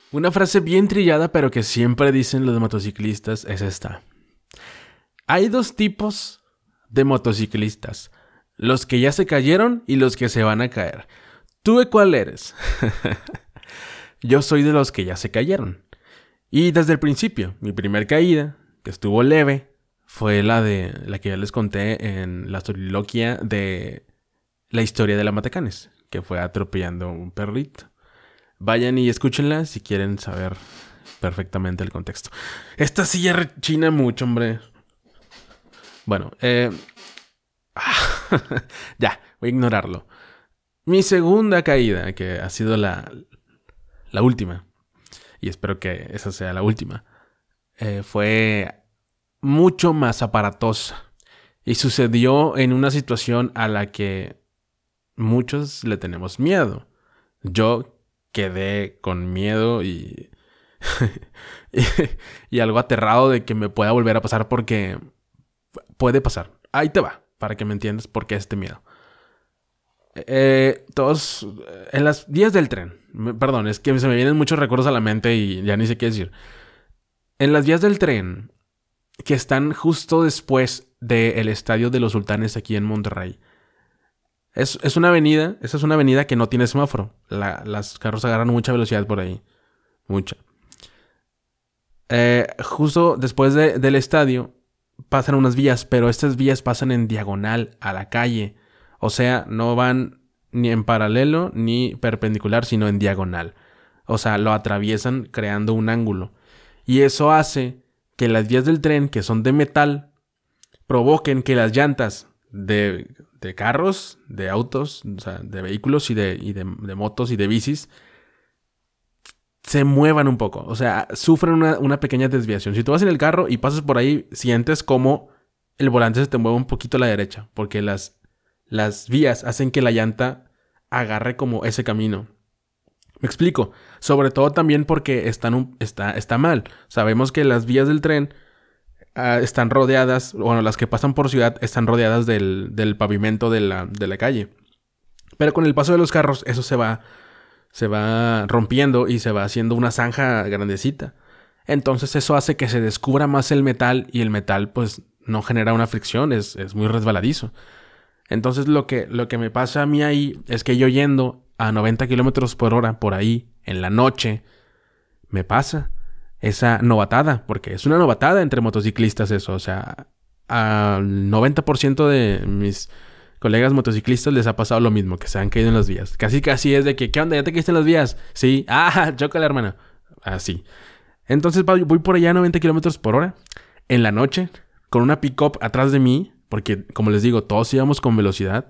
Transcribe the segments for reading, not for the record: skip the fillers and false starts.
Una frase bien trillada, pero que siempre dicen los motociclistas, es esta. Hay dos tipos de motociclistas. Los que ya se cayeron y los que se van a caer. ¿Tú de cuál eres? Yo soy de los que ya se cayeron. Y desde el principio, mi primer caída, que estuvo leve, fue la que ya les conté en la soliloquia de la historia de la Matecanes, que fue atropellando un perrito. Vayan y escúchenla si quieren saber perfectamente el contexto. Esta silla rechina mucho, hombre. Bueno, ya, voy a ignorarlo. Mi segunda caída, que ha sido la última, y espero que esa sea la última, fue mucho más aparatosa. Y sucedió en una situación a la que muchos le tenemos miedo. Yo quedé con miedo y y algo aterrado de que me pueda volver a pasar porque puede pasar. Ahí te va, para que me entiendas por qué este miedo. Todos en las vías del tren, perdón, es que se me vienen muchos recuerdos a la mente y ya ni sé qué decir. En las vías del tren que están justo después del Estadio de los Sultanes aquí en Monterrey. Es una avenida, esa es una avenida que no tiene semáforo. Las carros agarran mucha velocidad por ahí. Mucha. Justo después del estadio pasan unas vías, pero estas vías pasan en diagonal a la calle. O sea, no van ni en paralelo ni perpendicular, sino en diagonal. O sea, lo atraviesan creando un ángulo. Y eso hace que las vías del tren, que son de metal, provoquen que las llantas de carros, de autos, o sea, de vehículos y de motos y de bicis se muevan un poco. O sea, sufren una pequeña desviación. Si tú vas en el carro y pasas por ahí, sientes como el volante se te mueve un poquito a la derecha, porque las vías hacen que la llanta agarre como ese camino. Me explico. Sobre todo también porque está mal. Sabemos que las vías del tren están rodeadas, bueno, las que pasan por ciudad están rodeadas del pavimento de la calle. Pero con el paso de los carros eso se va rompiendo y se va haciendo una zanja grandecita. Entonces eso hace que se descubra más el metal y el metal pues no genera una fricción, es muy resbaladizo. Entonces lo que me pasa a mí ahí es que yo yendo a 90 kilómetros por hora por ahí en la noche, me pasa esa novatada, porque es una novatada entre motociclistas eso. O sea, al 90% de mis colegas motociclistas les ha pasado lo mismo, que se han caído en las vías. Casi es de que, ¿qué onda? ¿Ya te caíste en las vías? Sí. Ah, chócala, hermano. Así. Entonces voy por allá a 90 kilómetros por hora en la noche con una pick-up atrás de mí, porque como les digo, todos íbamos con velocidad.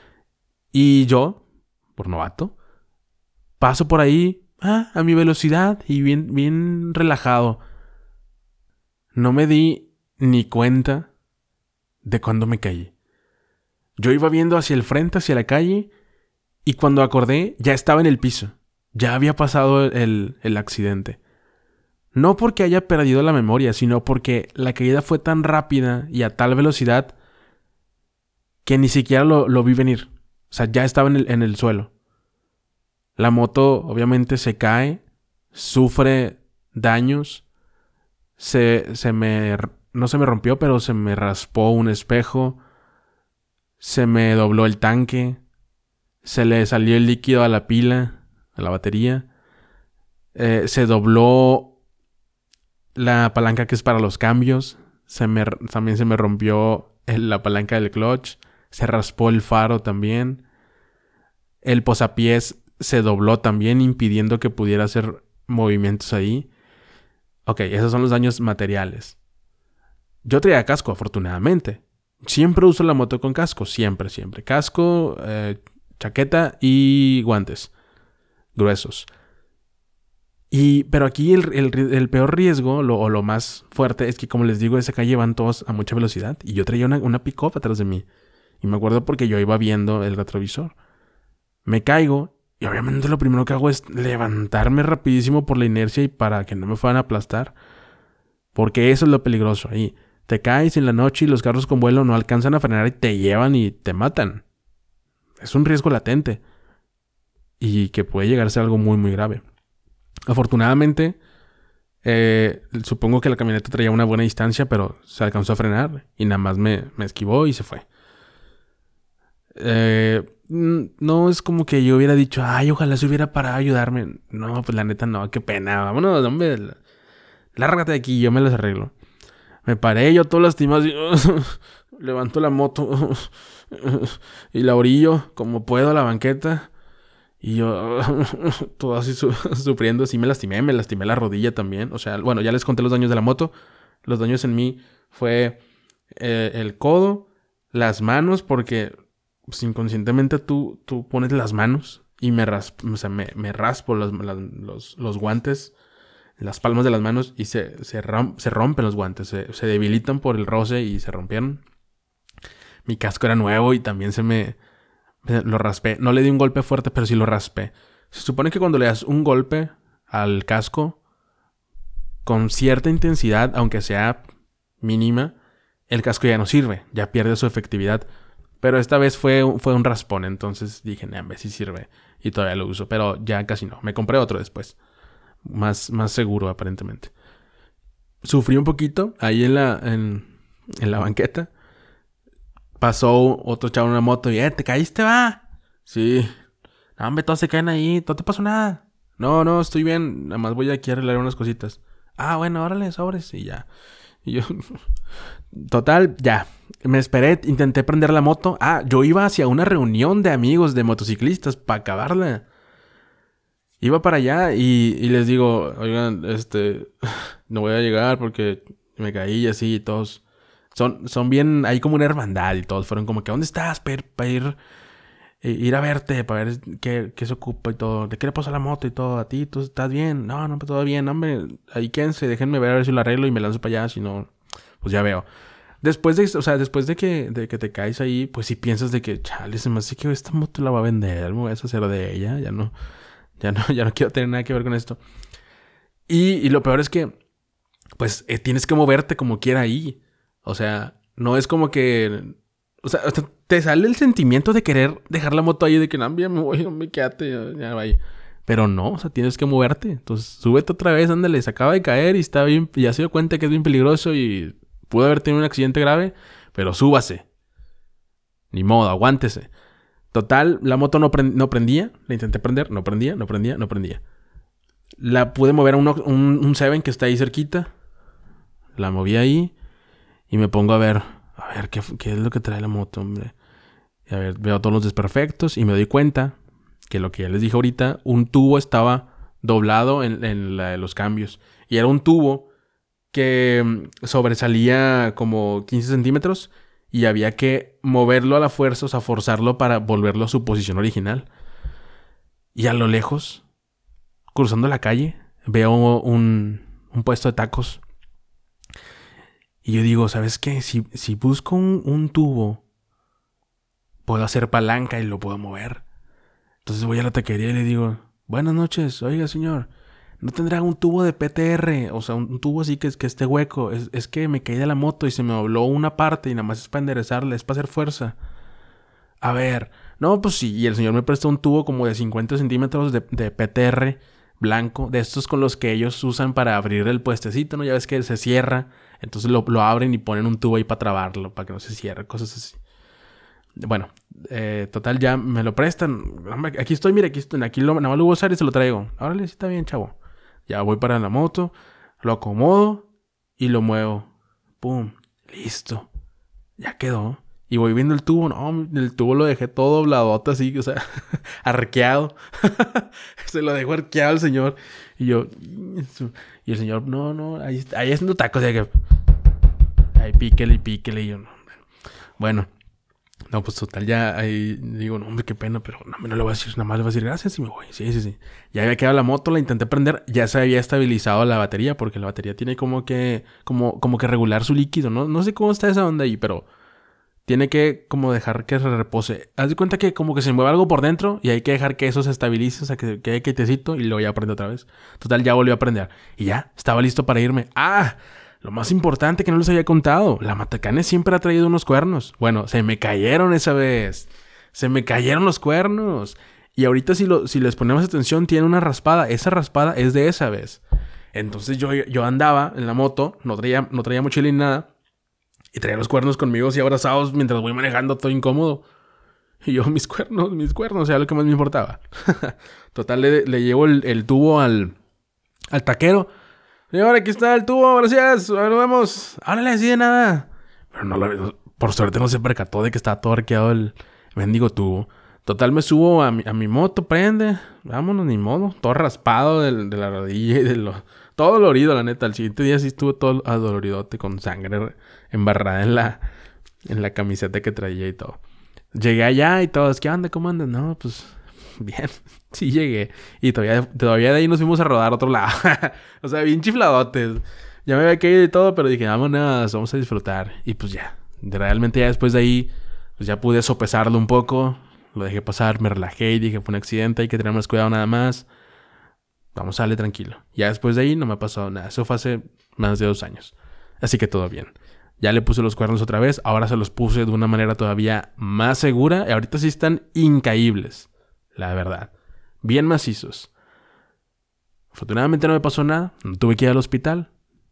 Y yo, por novato, paso por ahí a mi velocidad y bien relajado. No me di ni cuenta de cuando me caí. Yo iba viendo hacia el frente, hacia la calle, y cuando acordé, ya estaba en el piso. Ya había pasado el accidente. No porque haya perdido la memoria, sino porque la caída fue tan rápida y a tal velocidad que ni siquiera lo vi venir. O sea, ya estaba en el suelo. La moto obviamente se cae, sufre daños, no se me rompió, pero se me raspó un espejo, se me dobló el tanque, se le salió el líquido a la pila, a la batería, se dobló la palanca que es para los cambios, también se me rompió la palanca del clutch, se raspó el faro también, el posapiés se dobló también, impidiendo que pudiera hacer movimientos ahí. Ok, esos son los daños materiales. Yo traía casco, afortunadamente. Siempre uso la moto con casco, siempre. Casco, chaqueta y guantes gruesos. Pero aquí el peor riesgo, o lo más fuerte, es que, como les digo, esa calle van todos a mucha velocidad. Y yo traía una pick-up atrás de mí. Y me acuerdo porque yo iba viendo el retrovisor. Me caigo y obviamente lo primero que hago es levantarme rapidísimo por la inercia y para que no me fueran a aplastar. Porque eso es lo peligroso ahí. Te caes en la noche y los carros con vuelo no alcanzan a frenar y te llevan y te matan. Es un riesgo latente. Y que puede llegar a ser algo muy, muy grave. Afortunadamente, supongo que la camioneta traía una buena distancia, pero se alcanzó a frenar y nada más me esquivó y se fue. No es como que yo hubiera dicho, ay, ojalá se hubiera parado a ayudarme. No, pues la neta no, qué pena. Vámonos, hombre, lárgate de aquí, yo me las arreglo. Me paré yo todo lastimado así, levanto la moto y la orillo como puedo a la banqueta. Y yo todo así sufriendo, sí me lastimé la rodilla también. O sea, bueno, ya les conté los daños de la moto. Los daños en mí fue el codo, las manos, porque pues, inconscientemente tú pones las manos y me raspo los guantes, las palmas de las manos y se rompen los guantes, se debilitan por el roce y se rompieron. Mi casco era nuevo y también lo raspé. No le di un golpe fuerte, pero sí lo raspé. Se supone que cuando le das un golpe al casco con cierta intensidad, aunque sea mínima, el casco ya no sirve, ya pierde su efectividad. Pero esta vez fue un raspón, entonces dije, vez sí sirve. Y todavía lo uso, pero ya casi no. Me compré otro después. Más seguro, aparentemente. Sufrí un poquito ahí en la banqueta. Pasó otro chavo en una moto y, ¿te caíste, va? Sí. No, hombre, todos se caen ahí. No te pasó nada. No, estoy bien. Nada más voy aquí a arreglar unas cositas. Ah, bueno, órale, sobres. Y ya. Y yo... Total, ya. Me esperé, intenté prender la moto. Ah, yo iba hacia una reunión de amigos de motociclistas para acabarla. Iba para allá y les digo, oigan, no voy a llegar porque me caí así y todos... Son bien, hay como una hermandad y todos fueron como que, ¿dónde estás? Para ir a verte, para ver qué se ocupa y todo. ¿De qué le pasó a la moto y todo? ¿A ti? ¿Tú estás bien? No, pues todo bien, hombre. Ahí quédense, déjenme ver a ver si lo arreglo y me lanzo para allá, si no, pues ya veo. Después de que te caes ahí, pues si piensas de que, chale, se me hace que esta moto la va a vender, me voy a deshacer de ella, ya no quiero tener nada que ver con esto. Y lo peor es que, pues, tienes que moverte como quiera ahí. O sea, no es como que... O sea, te sale el sentimiento de querer dejar la moto ahí, de que no, ya me voy, no me quédate, ya vaya. Pero no, o sea, tienes que moverte. Entonces, súbete otra vez, ándale, se acaba de caer y está bien, ya se dio cuenta que es bien peligroso y pudo haber tenido un accidente grave, pero súbase. Ni modo, aguántese. Total, la moto no prendía, la intenté prender, no prendía. La pude mover a un Seven que está ahí cerquita. La moví ahí y me pongo a ver qué es lo que trae la moto, hombre. Y a ver, veo todos los desperfectos y me doy cuenta que lo que ya les dije ahorita, un tubo estaba doblado en los cambios. Y era un tubo que sobresalía como 15 centímetros y había que moverlo a la fuerza, o sea, forzarlo para volverlo a su posición original. Y a lo lejos, cruzando la calle, veo un puesto de tacos. Y yo digo, ¿sabes qué? Si busco un tubo, puedo hacer palanca y lo puedo mover. Entonces voy a la taquería y le digo, buenas noches, oiga señor, ¿no tendrá un tubo de PTR? O sea, un tubo así que esté hueco. Es que me caí de la moto y se me dobló una parte y nada más es para enderezarla, es para hacer fuerza. A ver, no, pues sí. Y el señor me prestó un tubo como de 50 centímetros de PTR blanco, de estos con los que ellos usan para abrir el puestecito, ¿no? Ya ves que se cierra, entonces lo abren y ponen un tubo ahí para trabarlo, para que no se cierre, cosas así. Bueno, total, ya me lo prestan. Aquí estoy, mira, aquí nada más lo voy a usar y se lo traigo. Órale, sí está bien, chavo. Ya voy para la moto, lo acomodo y lo muevo. Pum, listo. Ya quedó. Y voy viendo el tubo. No, el tubo lo dejé todo dobladote así, o sea, arqueado. Se lo dejó arqueado al señor. Y yo... Y el señor, no, ahí haciendo tacos. Ahí píquele. Y yo, no. Bueno. No, pues total, ya ahí digo, no, hombre, qué pena, pero no le voy a decir, nada más le voy a decir gracias y me voy. Sí. Ya había quedado la moto, la intenté prender, ya se había estabilizado la batería, porque la batería tiene como que regular su líquido, ¿no? No sé cómo está esa onda ahí, pero tiene que como dejar que se repose. Haz de cuenta que como que se mueve algo por dentro y hay que dejar que eso se estabilice, o sea, que quede quietecito y luego ya prende otra vez. Total, ya volvió a prender. Y ya, estaba listo para irme. ¡Ah! Lo más importante que no les había contado. La Matacanes siempre ha traído unos cuernos. Bueno, se me cayeron esa vez. Se me cayeron los cuernos. Y ahorita si les ponemos atención, tiene una raspada. Esa raspada es de esa vez. Entonces yo andaba en la moto, no traía mochila ni nada. Y traía los cuernos conmigo así abrazados mientras voy manejando, todo incómodo. Y yo, mis cuernos, o sea, lo que más me importaba. Total, le llevo el tubo al taquero. Señor, aquí está el tubo, gracias, nos vemos. Ahora le decide nada. Pero por suerte no se percató de que estaba todo arqueado el mendigo tubo. Total, me subo a mi moto, prende. Vámonos, ni modo. Todo raspado de la rodilla y todo dolorido, la neta. El siguiente día sí estuvo todo adoloridote con sangre embarrada en la camiseta que traía y todo. Llegué allá y todos, ¿qué onda? ¿Cómo andas? No, pues bien, sí llegué. Y todavía de ahí nos fuimos a rodar a otro lado. O sea, bien chifladotes. Ya me había caído y todo, pero dije, vámonos, vamos a disfrutar. Y pues ya, realmente ya después de ahí, pues ya pude sopesarlo un poco. Lo dejé pasar, me relajé y dije, fue un accidente, hay que tener más cuidado nada más. Vamos a darle tranquilo. Ya después de ahí no me ha pasado nada. Eso fue hace más de 2 años. Así que todo bien. Ya le puse los cuernos otra vez. Ahora se los puse de una manera todavía más segura. Y ahorita sí están incaíbles. La verdad. Bien macizos. Afortunadamente no me pasó nada. No tuve que ir al hospital.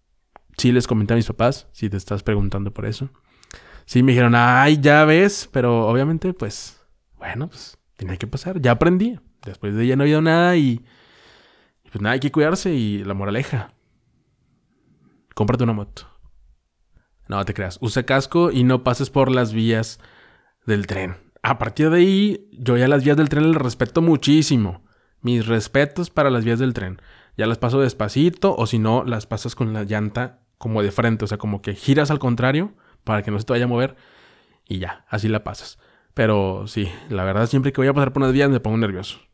Sí les comenté a mis papás. Si te estás preguntando por eso. Sí me dijeron, ay, ya ves. Pero obviamente, pues, bueno, pues tenía que pasar. Ya aprendí. Después de ella no ha habido nada y pues nada, hay que cuidarse. Y la moraleja, cómprate una moto. No te creas, usa casco y no pases por las vías del tren. A partir de ahí, yo ya las vías del tren las respeto muchísimo. Mis respetos para las vías del tren. Ya las paso despacito o si no, las pasas con la llanta como de frente. O sea, como que giras al contrario para que no se te vaya a mover y ya, así la pasas. Pero sí, la verdad siempre que voy a pasar por unas vías me pongo nervioso.